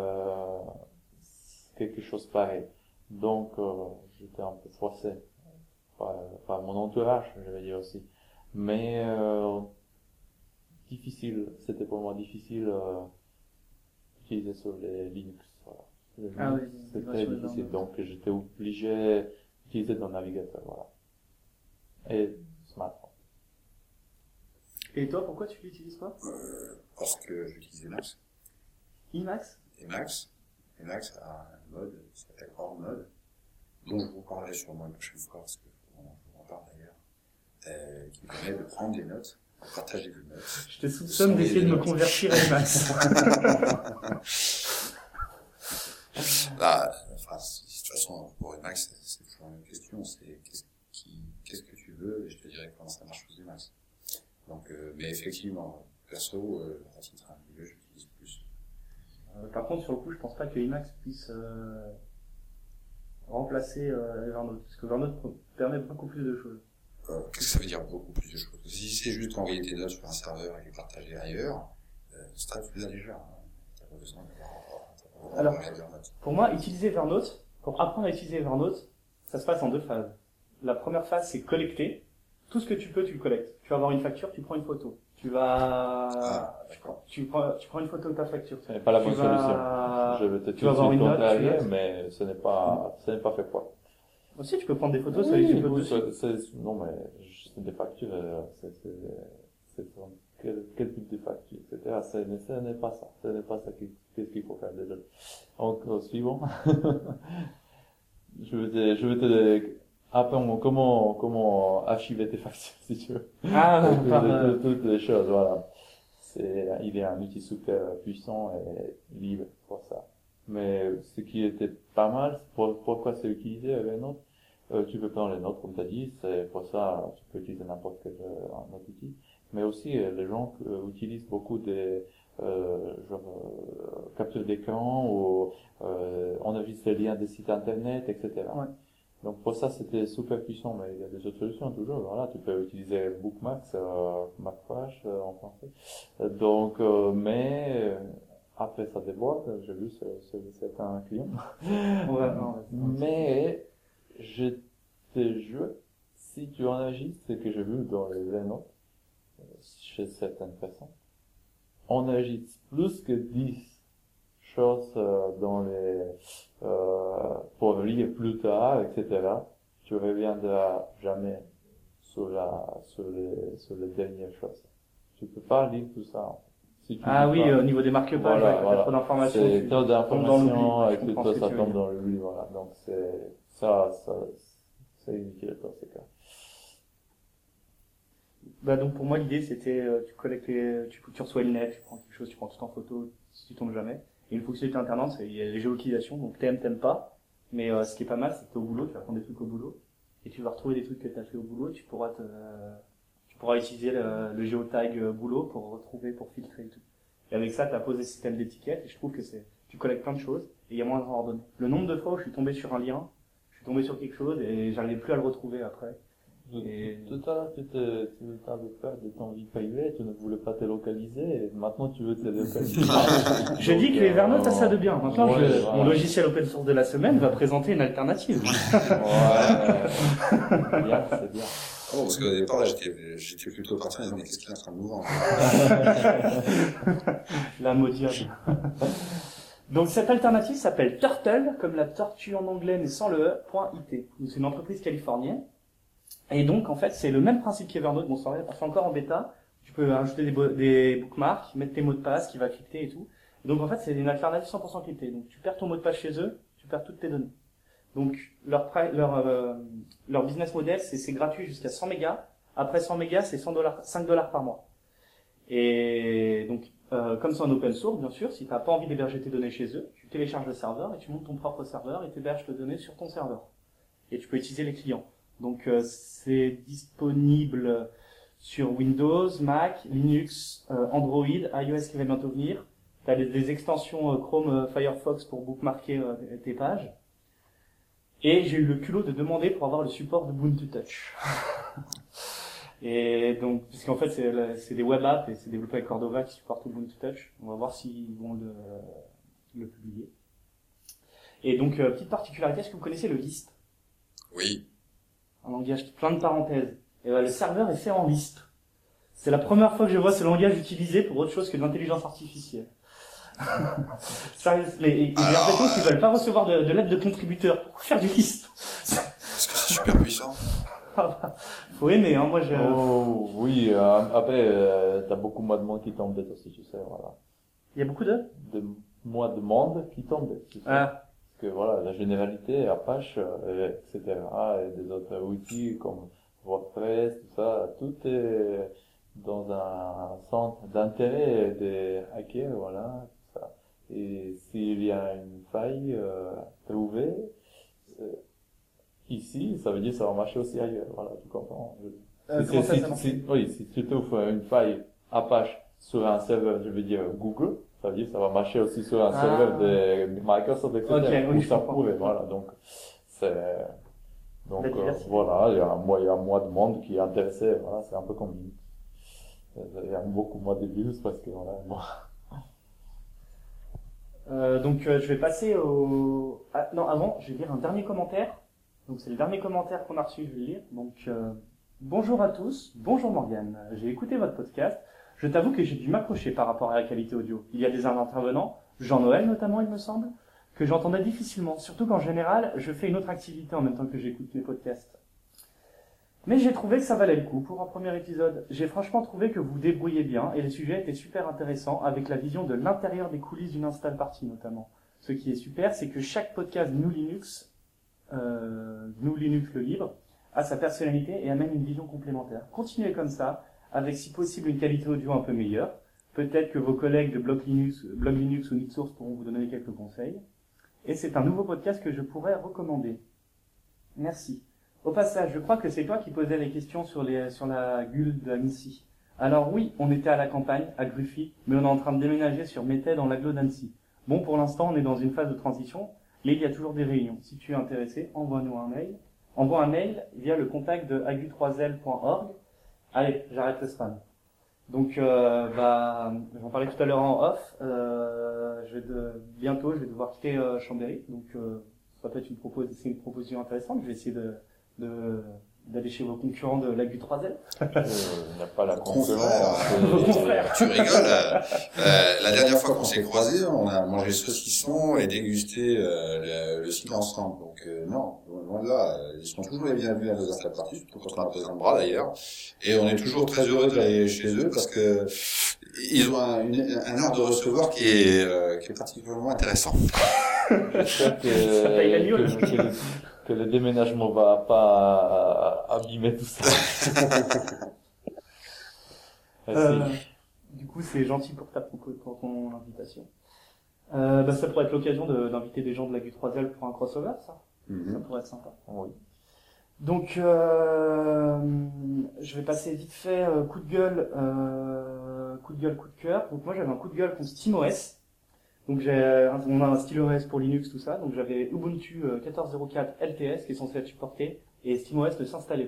S2: quelque chose pareil. Donc j'étais un peu forcé par mon entourage, je vais dire aussi. Mais c'était pour moi difficile d'utiliser sur les Linux. Voilà. Le
S1: Ah
S2: Linux,
S1: oui,
S2: c'est
S1: bien
S2: très
S1: sûr,
S2: difficile,
S1: énormément.
S2: donc j'étais obligé d'utiliser dans le navigateur, voilà. Et smartphone.
S1: Et toi, pourquoi tu l'utilises pas?
S3: Parce que j'utilise Emacs.
S1: Emacs?
S3: Emacs a un mode qui s'appelle Hors Mode, dont je vous parlerai sûrement une prochaine fois, parce que je vous en parle d'ailleurs, qui permet de prendre des notes, de partager des notes.
S1: Je te soupçonne d'essayer de me convertir à Emacs.
S3: Là, enfin, de toute façon, pour Emacs, c'est toujours la même question, c'est qu'est-ce que tu veux, et je te dirai comment ça marche sous Emacs. Donc, mais effectivement, perso, à titre individuel, j'utilise plus.
S1: Par contre, sur le coup, je pense pas que Emacs puisse remplacer Evernote, parce que Evernote permet beaucoup plus de choses.
S3: Qu'est-ce que ça veut dire beaucoup plus de choses? Si c'est juste envoyer tes notes sur un serveur et les partager ailleurs, Stripe tu l'as déjà. Hein. T'as pas besoin
S1: Alors,
S3: Evernote.
S1: pour moi, utiliser Evernote, pour apprendre à utiliser Evernote, ça se passe en deux phases. La première phase, c'est collecter. Tout ce que tu peux, tu le collectes. Tu vas avoir une facture, tu prends une photo. Tu prends une photo de ta facture.
S2: Ce n'est pas la bonne solution. Je vais te
S1: tu vas avoir une note,
S2: contrarier, mais ce n'est pas fait pour.
S1: Aussi, tu peux prendre des photos,
S2: Oui,
S1: ça les upload
S2: oui,
S1: dessus.
S2: non, mais c'est des factures, c'est quel type de facture, etc. Mais ce n'est pas ça. Ce n'est pas ça qu'est-ce qu'il faut faire déjà. Donc, suivant. je vais te apprendre comment archiver tes factures, si tu veux.
S1: Ah,
S2: Toutes les choses, voilà. Il est un outil super puissant et libre pour ça. Mais ce qui était pas mal, pourquoi c'est utilisé avec Evernote, tu peux prendre les notes, comme tu as dit, c'est pour ça, tu peux utiliser n'importe quel autre outil. Mais aussi, les gens utilisent beaucoup des, capture d'écran ou, enregistre les liens des sites internet, etc.
S1: Ouais.
S2: Donc pour ça, c'était super puissant, mais il y a des autres solutions toujours. Voilà, tu peux utiliser Bookmarks, Macflash en français. Donc, après ça déborde, j'ai vu certains clients.
S1: Ouais,
S2: Mais je te jure, si tu enregistres ce que j'ai vu dans les notes chez certaines personnes, on enregistre plus que 10 choses pour lire plus tard, etc. Tu reviendras jamais sur les dernières choses. Tu peux pas lire tout ça. Si tu
S1: Ah
S2: lis
S1: oui,
S2: pas,
S1: au niveau des marque-pages,
S2: voilà,
S1: ouais, trop d'informations.
S2: c'est trop d'informations, et tout ça, ça tombe
S1: dire.
S2: dans l'oubli, voilà. Donc c'est inutile dans ces cas.
S1: Bah donc pour moi l'idée c'était tu collectes tu reçois une lettre, tu prends quelque chose, tu prends tout en photo si tu tombes jamais. Et une fonctionnalité interne, il y a les géolocalisations, donc t'aimes pas. Mais ce qui est pas mal, c'est que t'es au boulot, tu vas prendre des trucs au boulot et tu vas retrouver des trucs que t'as fait au boulot, tu pourras utiliser le géotag boulot pour retrouver, pour filtrer et tout. Et avec ça, t'as posé le système d'étiquettes et je trouve que tu collectes plein de choses et il y a moins de ordonnées. Le nombre de fois où je suis tombé sur un lien, je suis tombé sur quelque chose et j'arrivais plus à le retrouver après. Et-
S2: Tout à l'heure, tu avais peur de ton vie privée, tu ne voulais pas te localiser, et maintenant tu veux te localiser.
S1: Je dis que Evernote a ça de bien. Maintenant,
S2: ouais, voilà.
S1: mon logiciel open source de la semaine va présenter une alternative.
S2: Ouais, bien, c'est bien.
S3: Ah bon, parce qu'au départ, j'étais plutôt parti en disant, mais qu'est-ce qu'il est en train de nous vendre?
S1: La maudite. Donc cette alternative s'appelle Turtle, comme la tortue en anglais mais sans le .it. Donc, c'est une entreprise californienne. Et donc en fait c'est le même principe qu'Evernote. Bon, c'est encore en bêta. Tu peux ajouter des bookmarks, mettre tes mots de passe qui va crypter et tout. Donc en fait c'est une alternative 100% cryptée. Donc tu perds ton mot de passe chez eux, tu perds toutes tes données. Donc leur business model c'est gratuit jusqu'à 100 mégas. Après 100 mégas c'est $5 par mois. Et donc comme c'est en open source, bien sûr, si tu n'as pas envie d'héberger tes données chez eux, tu télécharges le serveur et tu montes ton propre serveur et tu héberges tes données sur ton serveur. Et tu peux utiliser les clients. Donc c'est disponible sur Windows, Mac, Linux, Android, iOS qui va bientôt venir. Tu as des extensions Chrome, Firefox pour bookmarker tes pages. Et j'ai eu le culot de demander pour avoir le support de Ubuntu Touch. Et donc, puisqu'en fait, c'est des web apps et c'est développé avec Cordova qui supporte Ubuntu Touch. On va voir s'ils vont le publier. Et donc, petite particularité, est-ce que vous connaissez le Lisp?
S3: Oui.
S1: Un langage plein de parenthèses. Et ben, le serveur est fait en Lisp. C'est la première fois que je vois ce langage utilisé pour autre chose que de l'intelligence artificielle. Sérieux, mais j'ai l'impression qu'ils veulent pas recevoir de l'aide de contributeurs pour faire du Lisp.
S3: Parce que c'est super puissant.
S1: Faut aimer, hein, moi
S2: Oh, oui, après, t'as beaucoup moins de monde qui t'embête aussi, tu sais, voilà.
S1: Il y a beaucoup
S2: Moins de monde qui t'embête, tu sais.
S1: Ah.
S2: Parce que voilà, la généralité, Apache, etc., et des autres outils comme WordPress, tout ça, tout est dans un centre d'intérêt des hackers, voilà, tout ça. Et s'il y a une faille trouvée, ici, ça veut dire que ça va marcher aussi ailleurs, voilà, tu comprends. Oui, si tu trouves une faille Apache sur un serveur, je veux dire Google, ça veut dire que ça va marcher aussi sur un serveur de Microsoft, etc.
S1: Okay, oui,
S2: ça pourrait, voilà, donc voilà, il y a moins de monde qui est intéressé, voilà, c'est un peu comme Linux. Il y a beaucoup moins de virus parce que voilà, bon.
S1: Donc je vais passer au... Ah, non, avant, je vais lire un dernier commentaire. Donc c'est le dernier commentaire qu'on a reçu, je vais le lire. Donc bonjour à tous, bonjour Morgane. J'ai écouté votre podcast. Je t'avoue que j'ai dû m'accrocher par rapport à la qualité audio. Il y a des intervenants, Jean-Noël notamment, il me semble, que j'entendais difficilement. Surtout qu'en général, je fais une autre activité en même temps que j'écoute mes podcasts. Mais j'ai trouvé que ça valait le coup pour un premier épisode. J'ai franchement trouvé que vous vous débrouillez bien et les sujets étaient super intéressants avec la vision de l'intérieur des coulisses d'une install party notamment. Ce qui est super, c'est que chaque podcast GNU Linux le libre, a sa personnalité et amène une vision complémentaire. Continuez comme ça, avec si possible une qualité audio un peu meilleure. Peut-être que vos collègues de Blog Linux ou NetSource pourront vous donner quelques conseils. Et c'est un nouveau podcast que je pourrais recommander. Merci. Au passage, je crois que c'est toi qui posais les questions sur la GUL d'Annecy. Alors oui, on était à la campagne, à Gruffy, mais on est en train de déménager sur Méthode dans l'agglo d'Annecy. Bon, pour l'instant, on est dans une phase de transition, mais il y a toujours des réunions. Si tu es intéressé, envoie-nous un mail. Envoie un mail via le contact de agu3l.org. Allez, j'arrête le spam. Donc, j'en parlais tout à l'heure en off. Bientôt, je vais devoir quitter Chambéry. Donc, ça peut être c'est une proposition intéressante. Je vais essayer d'aller chez vos concurrents de l'AGU3L.
S2: Il n'y a pas la concurrence.
S3: Tu rigoles. La dernière fois qu'on s'est croisés, on a mangé saucisson et dégusté le cidre ensemble. Donc non, loin de là, ils sont toujours les bienvenus à nos after parties, surtout quand on a présent le bras d'ailleurs. Et on est toujours très heureux d'aller chez eux parce que ils ont un art de recevoir qui est particulièrement intéressant.
S2: J'espère que le déménagement va pas abîmer tout ça.
S1: Du coup, c'est gentil pour ton invitation. Ça pourrait être l'occasion d'inviter des gens de la GU3L pour un crossover, ça. Ça pourrait être sympa.
S2: Oui.
S1: Donc, je vais passer vite fait coup de gueule, coup de cœur. Donc moi, j'avais un coup de gueule contre SteamOS. Donc on a un SteelOS pour Linux, tout ça. Donc j'avais Ubuntu 14.04 LTS qui est censé être supporté et SteamOS ne s'installait pas.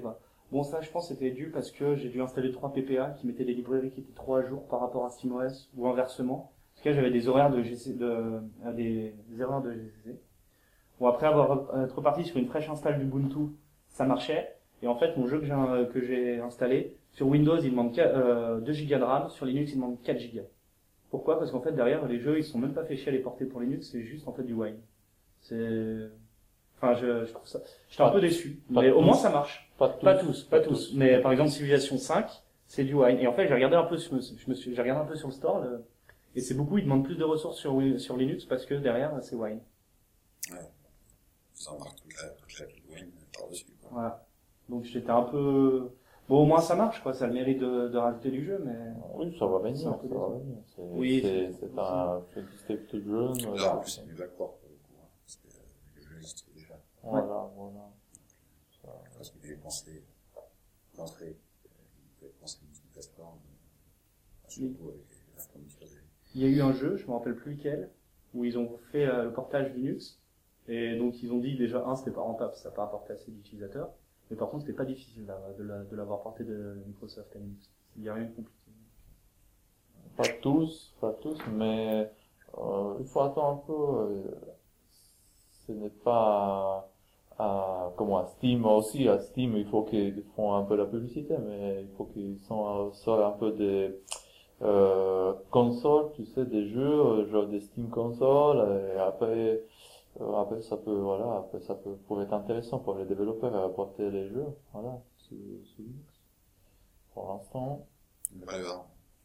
S1: Bon, ça, je pense, c'était dû parce que j'ai dû installer 3 PPA qui mettaient des librairies qui étaient trop à jour par rapport à SteamOS ou inversement. Parce que j'avais des horaires de des erreurs de GCC. Bon, après être reparti sur une fraîche install d'Ubuntu, ça marchait. Et en fait, mon jeu que j'ai installé, sur Windows, il demande 2 Go de RAM, sur Linux, il demande 4 Go. Pourquoi? Parce qu'en fait, derrière, les jeux, ils sont même pas fait chier à les porter pour Linux, c'est juste, en fait, du Wine. Enfin, je trouve ça, j'étais un peu déçu. Mais au moins, ça marche. Pas tous. Mais par exemple, Civilization 5, c'est du Wine. Et en fait, j'ai regardé un peu sur le store, et c'est beaucoup, ils demandent plus de ressources sur Linux parce que derrière, c'est Wine.
S3: Ouais. Ça embarque toute la Wine par-dessus, quoi.
S1: Voilà. Donc j'étais un peu... Bon, au moins ça marche, quoi. Ça a le mérite de rajouter du jeu, mais...
S2: Oui, ça va venir,
S1: C'est un peu
S2: Oui, c'est un step to journey.
S3: Là, en plus, c'est du backport, pour le coup, hein, parce que le jeu existe déjà.
S2: Voilà.
S3: Parce qu'il est pensé d'entrée, il peut être pensé multiplateforme, surtout avec la fourniture des...
S1: Il y a eu un jeu, je me rappelle plus lequel, où ils ont fait le portage Linux, et donc ils ont dit déjà, c'était pas rentable, ça n'a pas apporté assez d'utilisateurs, mais par contre c'était pas difficile de l'avoir porté de Microsoft à Linux. Il n'y a rien de compliqué.
S2: Pas tous, mais il faut attendre un peu. Ce n'est pas comme à Steam aussi. À Steam, il faut qu'ils font un peu la publicité, mais il faut qu'ils sortent un peu des consoles, tu sais, des jeux, genre des Steam consoles, et après ça pourrait être intéressant pour les développeurs à apporter les jeux, voilà, sous Linux. Pour l'instant.
S3: Voilà.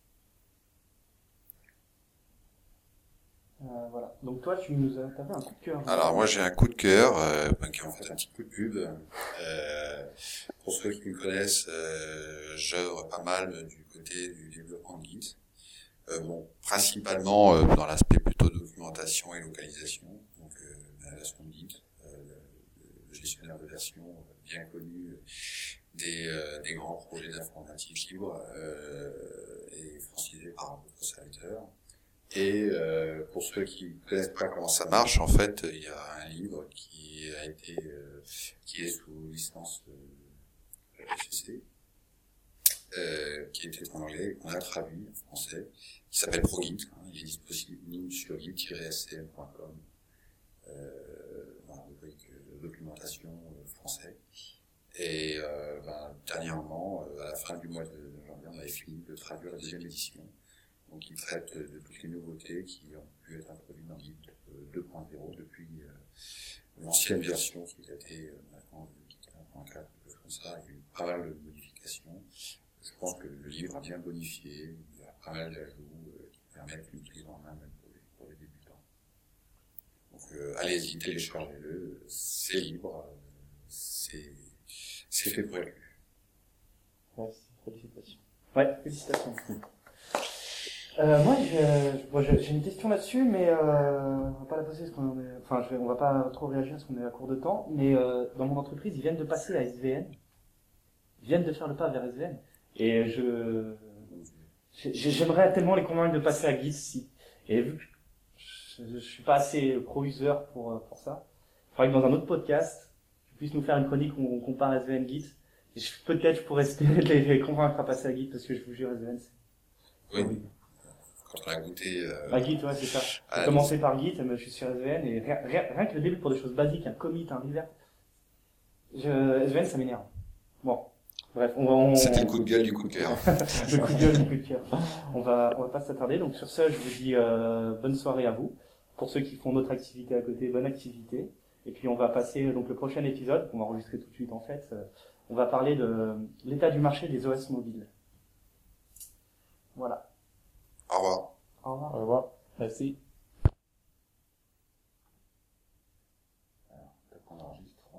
S1: Voilà. Donc toi, t'avais un coup de cœur.
S3: Alors moi j'ai un coup de cœur, qui est en fait un petit coup de pub. Pour ceux qui me connaissent, j'œuvre pas mal du côté du développement de Git. Bon, principalement dans l'aspect plutôt documentation et localisation, donc la version de Git, le gestionnaire de version bien connu des grands projets d'informatique libre et francisé par d'autres serviteurs. Et pour ceux qui ne connaissent pas comment ça marche, en fait, il y a un livre qui est sous licence SST, qui était en anglais, qu'on a traduit en français, qui s'appelle ProGit. Il est disponible sur git-scm.com, dans la rubrique documentation français. Et dernièrement, à la fin du mois de janvier, on avait fini de traduire la deuxième édition. Donc il traite de toutes les nouveautés qui ont pu être introduites dans Git 2.0 depuis l'ancienne version qui datait maintenant de Git 1.4, quelque chose comme ça. Il y a eu pas mal de modifications. Je pense que le livre a bien bonifié, il y a pas mal d'ajouts qui permettent une prise en main même pour les débutants. Donc allez-y, téléchargez-le, c'est libre, c'est fait pour être lu.
S2: Merci, félicitations.
S1: Ouais, félicitations. Moi, j'ai une question là-dessus, mais on va pas la poser parce on va pas trop réagir parce qu'on est à court de temps. Mais dans mon entreprise, ils viennent de passer à SVN. Ils viennent de faire le pas vers SVN. Et j'aimerais tellement les convaincre de passer à Git si. Et vu que je suis pas assez pro-user pour ça, il faudrait que dans un autre podcast, tu puisses nous faire une chronique où on compare SVN Git. Et peut-être je pourrais espérer les convaincre à passer à Git parce que je vous jure, SVN, c'est...
S3: Oui. Quand on a goûté...
S1: Git, ouais, c'est ça. J'ai commencé par Git, je suis sur SVN, et rien que le début pour des choses basiques, un commit, un revert, SVN, ça m'énerve. Bon. Bref,
S3: C'était le coup de gueule du coup de cœur.
S1: Le coup de gueule du coup de cœur. On va pas s'attarder. Donc sur ce, je vous dis bonne soirée à vous. Pour ceux qui font d'autres activités à côté, bonne activité. Et puis on va passer donc le prochain épisode, qu'on va enregistrer tout de suite en fait. On va parler de l'état du marché des OS mobiles. Voilà.
S3: Au revoir.
S1: Au revoir.
S2: Au revoir. Merci.
S3: Alors, peut-être qu'on enregistre.